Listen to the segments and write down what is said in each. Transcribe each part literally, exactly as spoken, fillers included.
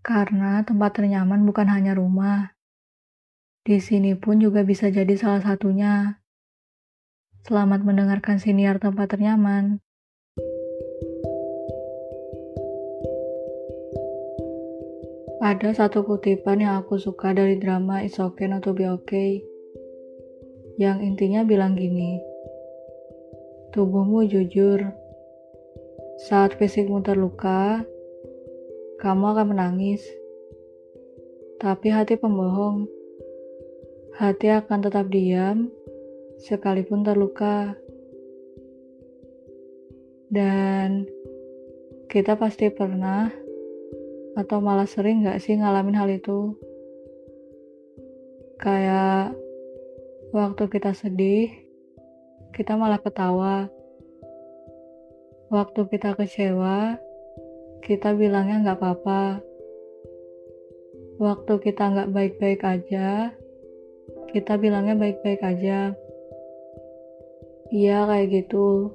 Karena tempat ternyaman bukan hanya rumah. Di sini pun juga bisa jadi salah satunya. Selamat mendengarkan siniar tempat ternyaman. Ada satu kutipan yang aku suka dari drama It's Okay Not to Be Okay, yang intinya bilang gini, tubuhmu jujur, saat fisikmu terluka, kamu akan menangis, tapi hati pembohong, hati akan tetap diam, sekalipun terluka. Dan kita pasti pernah, atau malah sering gak sih ngalamin hal itu? Kayak waktu kita sedih, kita malah ketawa. Waktu kita kecewa, kita bilangnya gak apa-apa. Waktu kita gak baik-baik aja, kita bilangnya baik-baik aja. Iya, kayak gitu.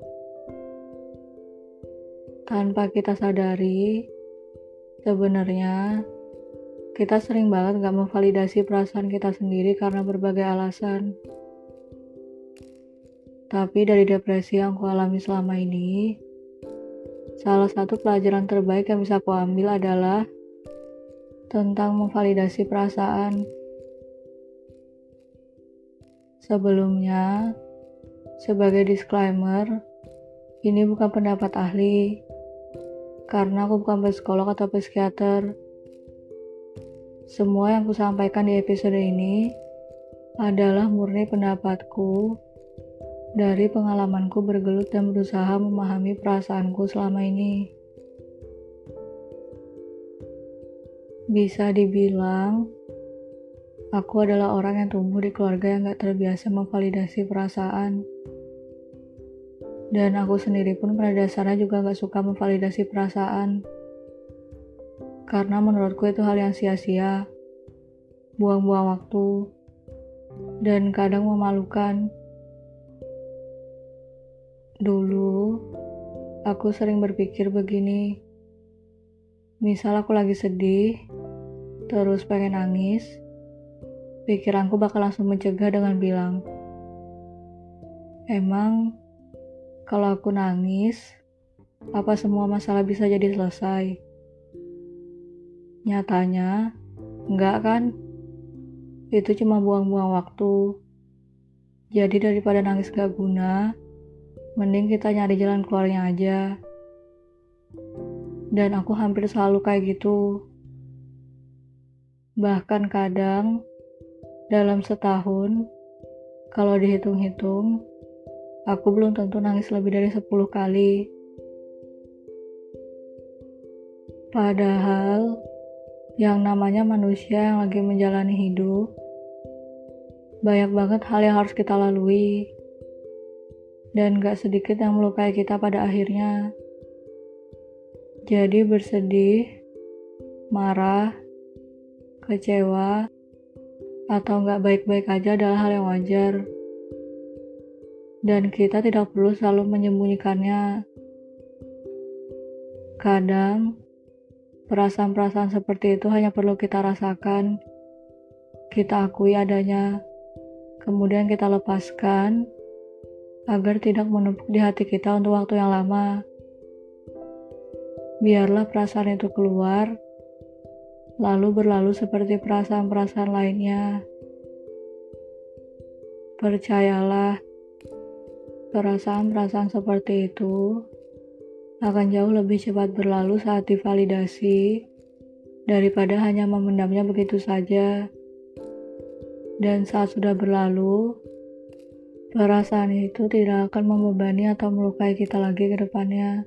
Tanpa kita sadari, sebenarnya kita sering banget gak memvalidasi perasaan kita sendiri karena berbagai alasan. Tapi dari depresi yang aku alami selama ini, salah satu pelajaran terbaik yang bisa aku ambil adalah tentang memvalidasi perasaan. Sebelumnya, sebagai disclaimer, ini bukan pendapat ahli, karena aku bukan psikolog atau psikiater. Semua yang kusampaikan di episode ini adalah murni pendapatku dari pengalamanku bergelut dan berusaha memahami perasaanku selama ini. Bisa dibilang, aku adalah orang yang tumbuh di keluarga yang gak terbiasa memvalidasi perasaan. Dan aku sendiri pun pada dasarnya juga gak suka memvalidasi perasaan. Karena menurutku itu hal yang sia-sia, buang-buang waktu, dan kadang memalukan. Dulu, aku sering berpikir begini, misal aku lagi sedih, terus pengen nangis, pikiranku bakal langsung mencegah dengan bilang, emang kalau aku nangis, apa semua masalah bisa jadi selesai? Nyatanya, enggak kan? Itu cuma buang-buang waktu. Jadi daripada nangis gak guna, mending kita nyari jalan keluarnya aja. Dan aku hampir selalu kayak gitu. Bahkan kadang, dalam setahun, kalau dihitung-hitung, aku belum tentu nangis lebih dari sepuluh kali. Padahal, yang namanya manusia yang lagi menjalani hidup, banyak banget hal yang harus kita lalui, dan gak sedikit yang melukai kita pada akhirnya. Jadi bersedih, marah, kecewa, atau gak baik-baik aja adalah hal yang wajar. Dan kita tidak perlu selalu menyembunyikannya. Kadang, perasaan-perasaan seperti itu hanya perlu kita rasakan, kita akui adanya, kemudian kita lepaskan, agar tidak menumpuk di hati kita untuk waktu yang lama. Biarlah perasaan itu keluar, lalu berlalu seperti perasaan-perasaan lainnya. Percayalah, perasaan-perasaan seperti itu akan jauh lebih cepat berlalu saat divalidasi daripada hanya memendamnya begitu saja. Dan saat sudah berlalu, perasaan itu tidak akan membebani atau melukai kita lagi ke depannya.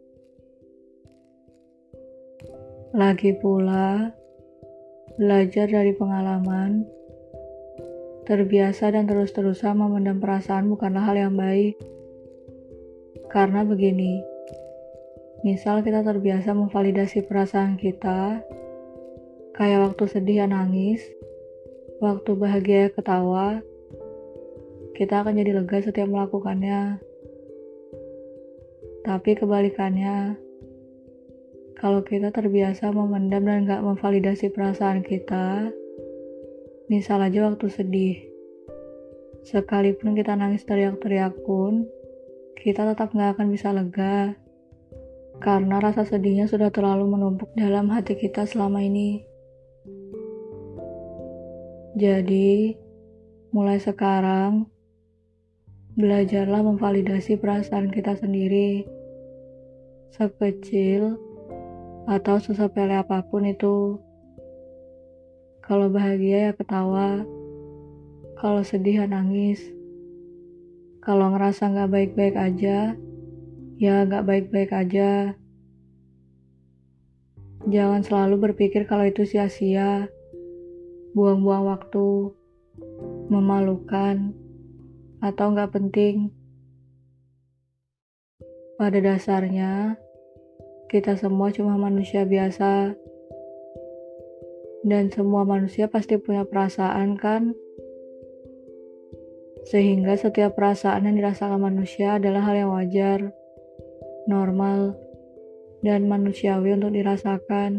Lagi pula, belajar dari pengalaman, terbiasa dan terus-terusan memendam perasaan bukanlah hal yang baik. Karena begini, misal kita terbiasa memvalidasi perasaan kita, kayak waktu sedih ya nangis, waktu bahagia ya ketawa, kita akan jadi lega setiap melakukannya. Tapi kebalikannya, kalau kita terbiasa memendam dan gak memvalidasi perasaan kita, misal aja waktu sedih. Sekalipun kita nangis teriak-teriak pun, kita tetap gak akan bisa lega, karena rasa sedihnya sudah terlalu menumpuk dalam hati kita selama ini. Jadi, mulai sekarang, belajarlah memvalidasi perasaan kita sendiri, sekecil atau sesepele apapun itu. Kalau bahagia ya ketawa, kalau sedih ya nangis, kalau ngerasa gak baik-baik aja, ya gak baik-baik aja. Jangan selalu berpikir kalau itu sia-sia, buang-buang waktu, memalukan, atau gak penting. Pada dasarnya, kita semua cuma manusia biasa. Dan semua manusia pasti punya perasaan kan? Sehingga setiap perasaan yang dirasakan manusia adalah hal yang wajar, normal, dan manusiawi untuk dirasakan.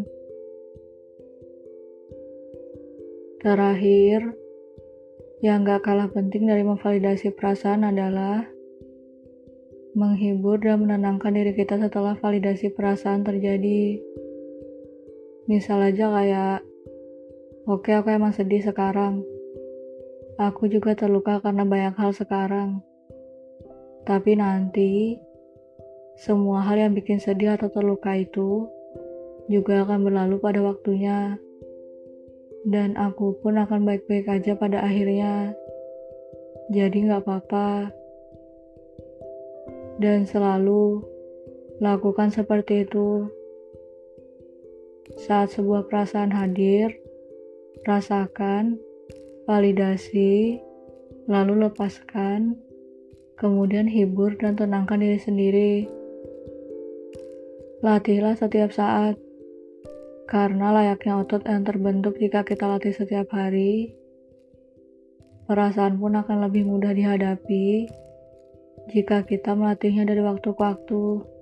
Terakhir, yang gak kalah penting dari memvalidasi perasaan adalah menghibur dan menenangkan diri kita setelah validasi perasaan terjadi. Misal aja kayak, oke aku emang sedih sekarang. Aku juga terluka karena banyak hal sekarang. Tapi nanti, semua hal yang bikin sedih atau terluka itu juga akan berlalu pada waktunya. Dan aku pun akan baik-baik aja pada akhirnya. Jadi gak apa-apa. Dan selalu lakukan seperti itu. Saat sebuah perasaan hadir, rasakan, validasi, lalu lepaskan, kemudian hibur dan tenangkan diri sendiri. Latihlah setiap saat, karena layaknya otot yang terbentuk jika kita latih setiap hari, perasaan pun akan lebih mudah dihadapi jika kita melatihnya dari waktu ke waktu.